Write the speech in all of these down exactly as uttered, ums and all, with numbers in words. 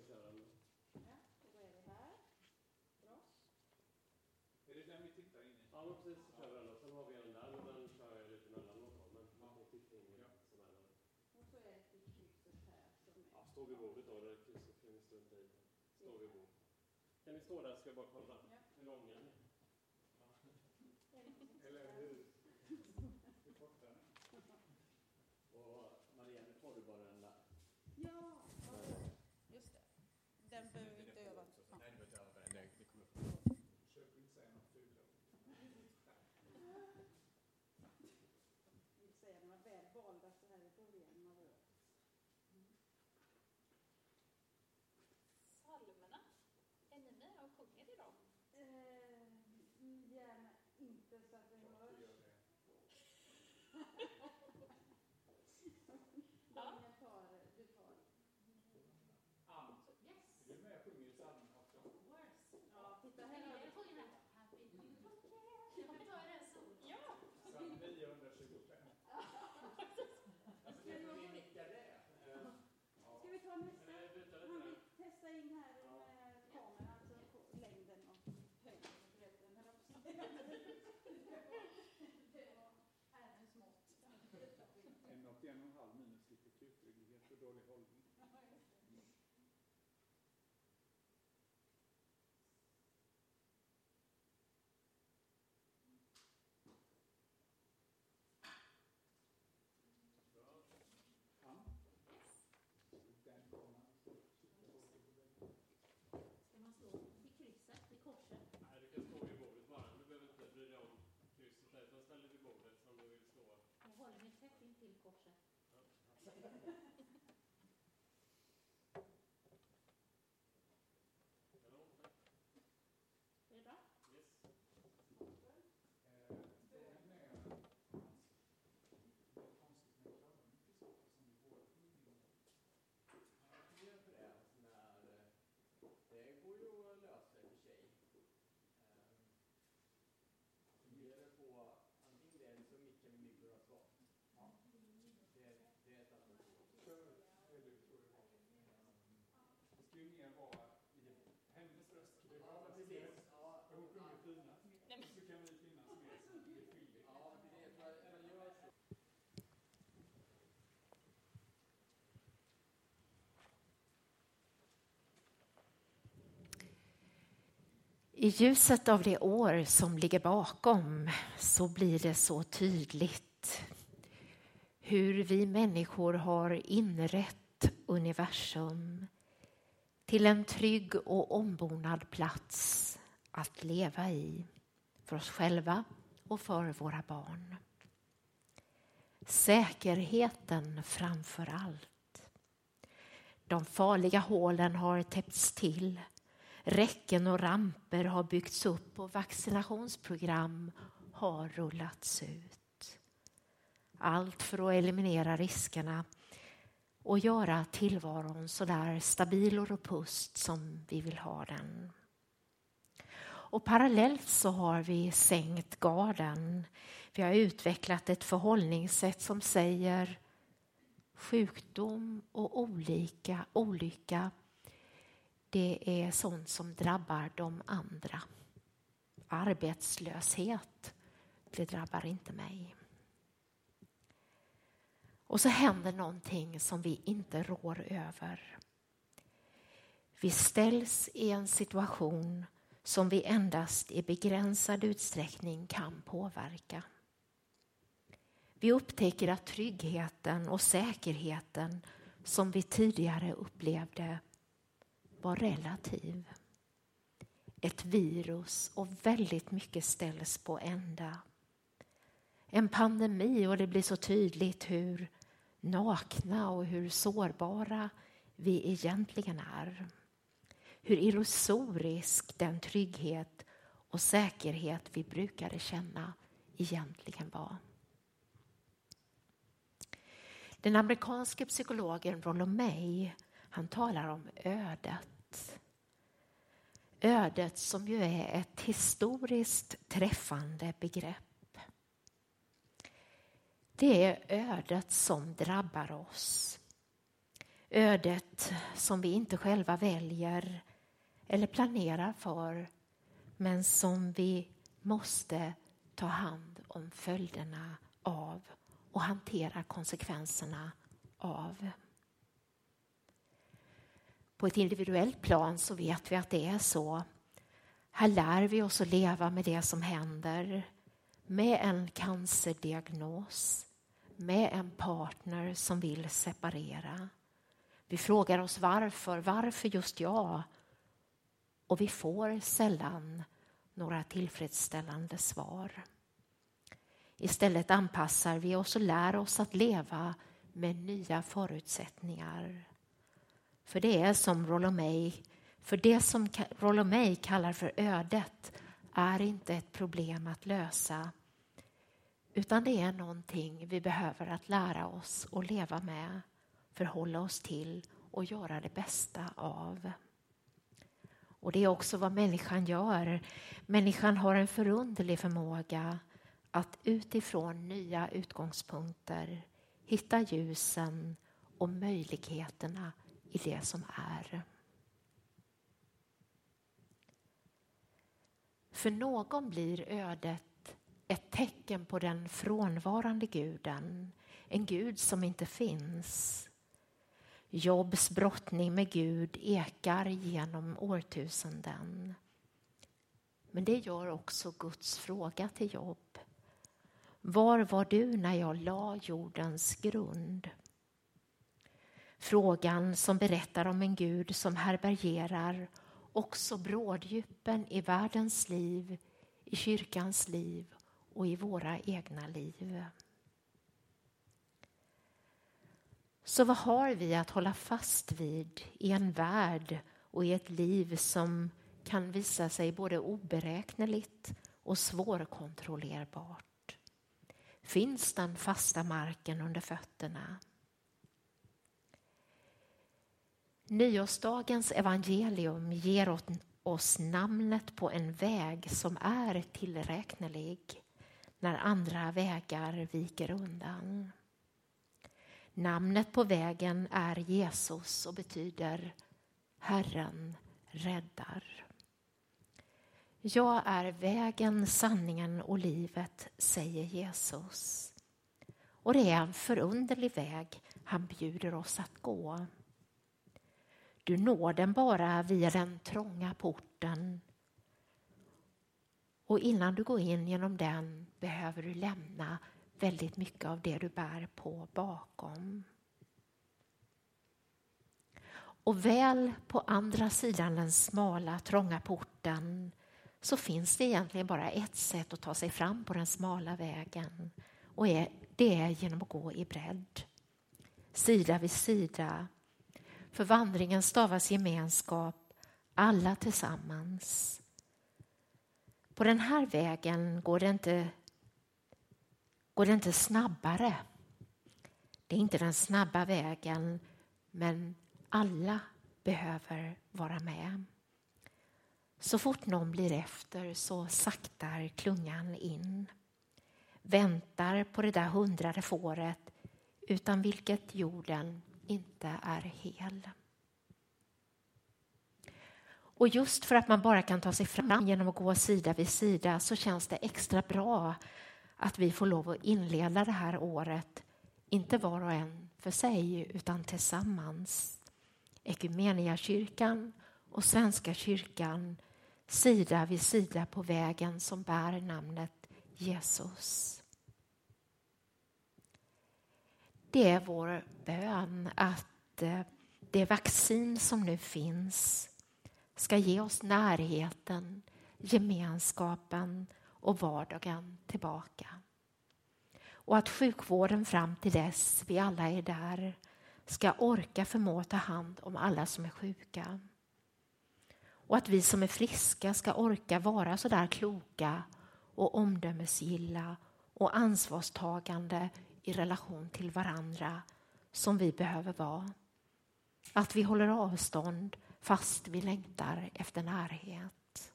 köra den. Ja, då är vi här. Bra. Är det den vi tittar in i? Ja, men precis, så kör vi den. Och sen har vi en där, men den kör jag lite mellanåt då. Men man får titta in i Ja. som är där. Och så är det krysset här som är... Ja, stå vid bordet då, där krysset kan ni strunta i. Stå vid bordet. Kan ni stå där, ska jag bara kolla Ja. hur lång är ni? Eller hur? Hur kort är den? Och Marianne, tar du bara den där? Ja, just det. Den behöver vi inte öva. Ja. Nej, du behöver inte öva den. Det, det kommer upp. Försök inte säga något fult. Jag vill säga de var väl valda så här i början av året. Psalmerna. Är ni med och sjunger idag? Eh, gärna inte så att det hörs. Gör det. Daniel tar, du tar. Ann, Yes. är du med och sjunger i psalmen också? Ja, titta här. Jag sjunger här. Happy New Year. Jag tar den så. Ja. Psalm niohundratjugofem. Alltså, det får ni nicka det. Eh, Ska vi ta nästa? eh, byta lite Han där. vill testa in här med kameran, alltså på längden och höjden och bredden. Eller också. Det var Herrens mått. En och en och en halv minus lite kutrygglighet och dålig hållning. Ann? Den kommer. Ska man stå vid krysset, vid korset? Nej, du kan stå vid bordet bara. Du behöver inte bry dig om krysset där, utan ställ dig vid bordet som du vill stå. Jag håller mig tätt in till korset. Ja. Kanon, tack. Är det bra? Yes. Eh, Frågan är Hans, det är konstigt med körning i så fall som vi båda sjunger. Jag funderar på det. När, eh, det går ju att lösa i och för sig. Eh, funderar på antingen det eller så mickar vi mickor och så. Ja. Det, det är ett alternativ. Kör, eller tror det var. Det ska ju mer vara i hennes röst. Ska det vara precis. Ja, hon sjunger finast. Nej, men- Så kan vi finnas med så det är skyldigt. ja, det är det. Jag, jag gör så. I ljuset av det år som ligger bakom så blir det så tydligt hur vi människor har inrett universum till en trygg och ombonad plats att leva i för oss själva och för våra barn. Säkerheten framför allt. De farliga hålen har täppts till. Räcken och ramper har byggts upp och vaccinationsprogram har rullats ut. Allt för att eliminera riskerna och göra tillvaron så där stabil och robust som vi vill ha den. Och parallellt så har vi sänkt garden. Vi har utvecklat ett förhållningssätt som säger sjukdom och olika olycka. Det är sånt som drabbar de andra. Arbetslöshet, det drabbar inte mig. Och så händer någonting som vi inte rår över. Vi ställs i en situation som vi endast i begränsad utsträckning kan påverka. Vi upptäcker att tryggheten och säkerheten som vi tidigare upplevde var relativ. Ett virus och väldigt mycket ställs på ända. En pandemi och det blir så tydligt hur nakna och hur sårbara vi egentligen är. Hur illusorisk den trygghet och säkerhet vi brukade känna egentligen var. Den amerikanske psykologen Rollo May, han talar om ödet. Ödet som ju är ett historiskt träffande begrepp. Det är ödet som drabbar oss. Ödet som vi inte själva väljer eller planerar för, men som vi måste ta hand om följderna av och hantera konsekvenserna av. På ett individuellt plan så vet vi att det är så. Här lär vi oss att leva med det som händer, med en cancerdiagnos, med en partner som vill separera. Vi frågar oss varför, varför just jag? Och vi får sällan några tillfredsställande svar. Istället anpassar vi oss och lär oss att leva med nya förutsättningar. För det är som Rollo May, för det som Rollo May kallar för ödet är inte ett problem att lösa, utan det är någonting vi behöver att lära oss att leva med, förhålla oss till och göra det bästa av. Och det är också vad människan gör. Människan har en förunderlig förmåga att utifrån nya utgångspunkter hitta ljusen och möjligheterna i det som är. För någon blir ödet ett tecken på den frånvarande guden, en gud som inte finns. Jobs brottning med Gud ekar genom årtusenden. Men det gör också Guds fråga till Jobb. Var var du när jag la jordens grund? Frågan som berättar om en Gud som härbärgerar också bråddjupen i världens liv, i kyrkans liv och i våra egna liv. Så vad har vi att hålla fast vid i en värld och i ett liv som kan visa sig både oberäkneligt och svårkontrollerbart? Finns den fasta marken under fötterna? Nyårsdagens evangelium ger åt oss namnet på en väg som är tillräknelig när andra vägar viker undan. Namnet på vägen är Jesus och betyder Herren räddar. Jag är vägen, sanningen och livet, säger Jesus. Och det är en förunderlig väg han bjuder oss att gå. Du når den bara via den trånga porten. Och innan du går in genom den behöver du lämna väldigt mycket av det du bär på bakom. Och väl på andra sidan den smala, trånga porten så finns det egentligen bara ett sätt att ta sig fram på den smala vägen. Och det är genom att gå i bredd. Sida vid sida. För vandringen stavas gemenskap, alla tillsammans. På den här vägen går det inte, går det inte snabbare. Det är inte den snabba vägen, men alla behöver vara med. Så fort någon blir efter så saktar klungan in. Väntar på det där hundrade fåret utan vilket jorden inte är hel. Och just för att man bara kan ta sig fram genom att gå sida vid sida så känns det extra bra att vi får lov att inleda det här året, inte var och en för sig utan tillsammans. Ekumeniakyrkan och Svenska kyrkan sida vid sida på vägen som bär namnet Jesus. Det är vår bön att det vaccin som nu finns ska ge oss närheten, gemenskapen och vardagen tillbaka. Och att sjukvården fram till dess vi alla är där ska orka förmå ta hand om alla som är sjuka. Och att vi som är friska ska orka vara så där kloka och omdömesgilla och ansvarstagande i relation till varandra som vi behöver vara. Att vi håller avstånd fast vi längtar efter närhet.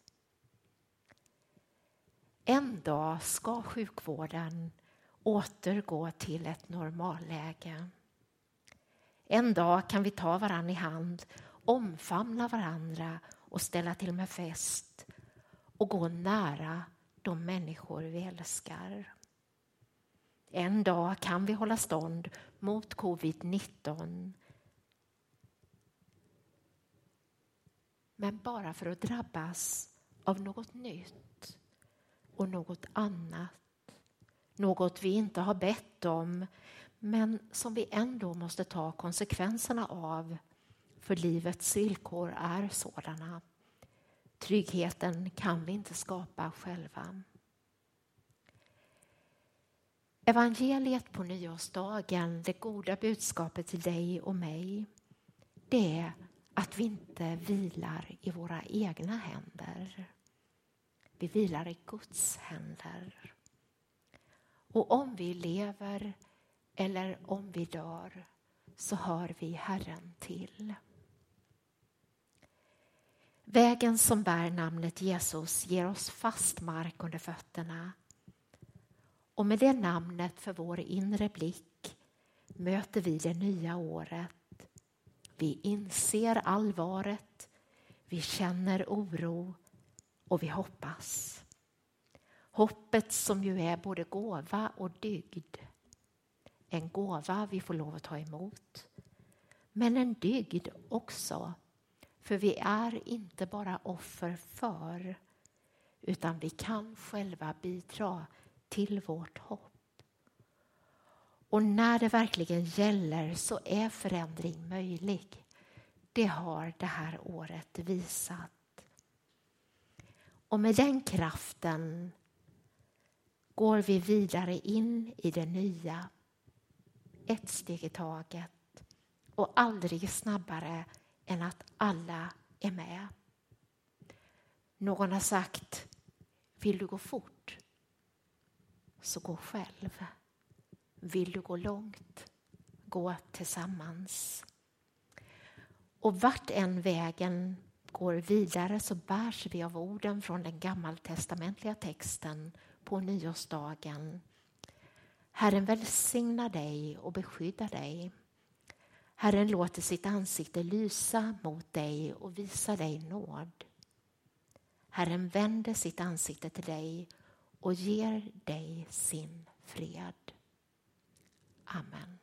En dag ska sjukvården återgå till ett normalläge. En dag kan vi ta varann i hand, omfamna varandra och ställa till med fest och gå nära de människor vi älskar. En dag kan vi hålla stånd mot covid nitton. Men bara för att drabbas av något nytt och något annat. Något vi inte har bett om, men som vi ändå måste ta konsekvenserna av. För livets villkor är sådana. Tryggheten kan vi inte skapa själva. Evangeliet på nyårsdagen, det goda budskapet till dig och mig, det är att vi inte vilar i våra egna händer. Vi vilar i Guds händer. Och om vi lever eller om vi dör så hör vi Herren till. Vägen som bär namnet Jesus ger oss fast mark under fötterna. Och med det namnet för vår inre blick möter vi det nya året. Vi inser allvaret, vi känner oro och vi hoppas. Hoppet som ju är både gåva och dygd. En gåva vi får lov att ta emot. Men en dygd också. För vi är inte bara offer för, utan vi kan själva bidra till vårt hopp. Och när det verkligen gäller så är förändring möjlig. Det har det här året visat. Och med den kraften går vi vidare in i det nya. Ett steg i taget. Och aldrig snabbare än att alla är med. Någon har sagt, vill du gå fort? Så gå själv. Vill du gå långt? Gå tillsammans. Och vart en vägen går vidare så bärs vi av orden från den gammaltestamentliga texten på nyårsdagen. Herren välsignar dig och beskyddar dig. Herren låter sitt ansikte lysa mot dig och visa dig nåd. Herren vänder sitt ansikte till dig och ger dig sin fred. Amen.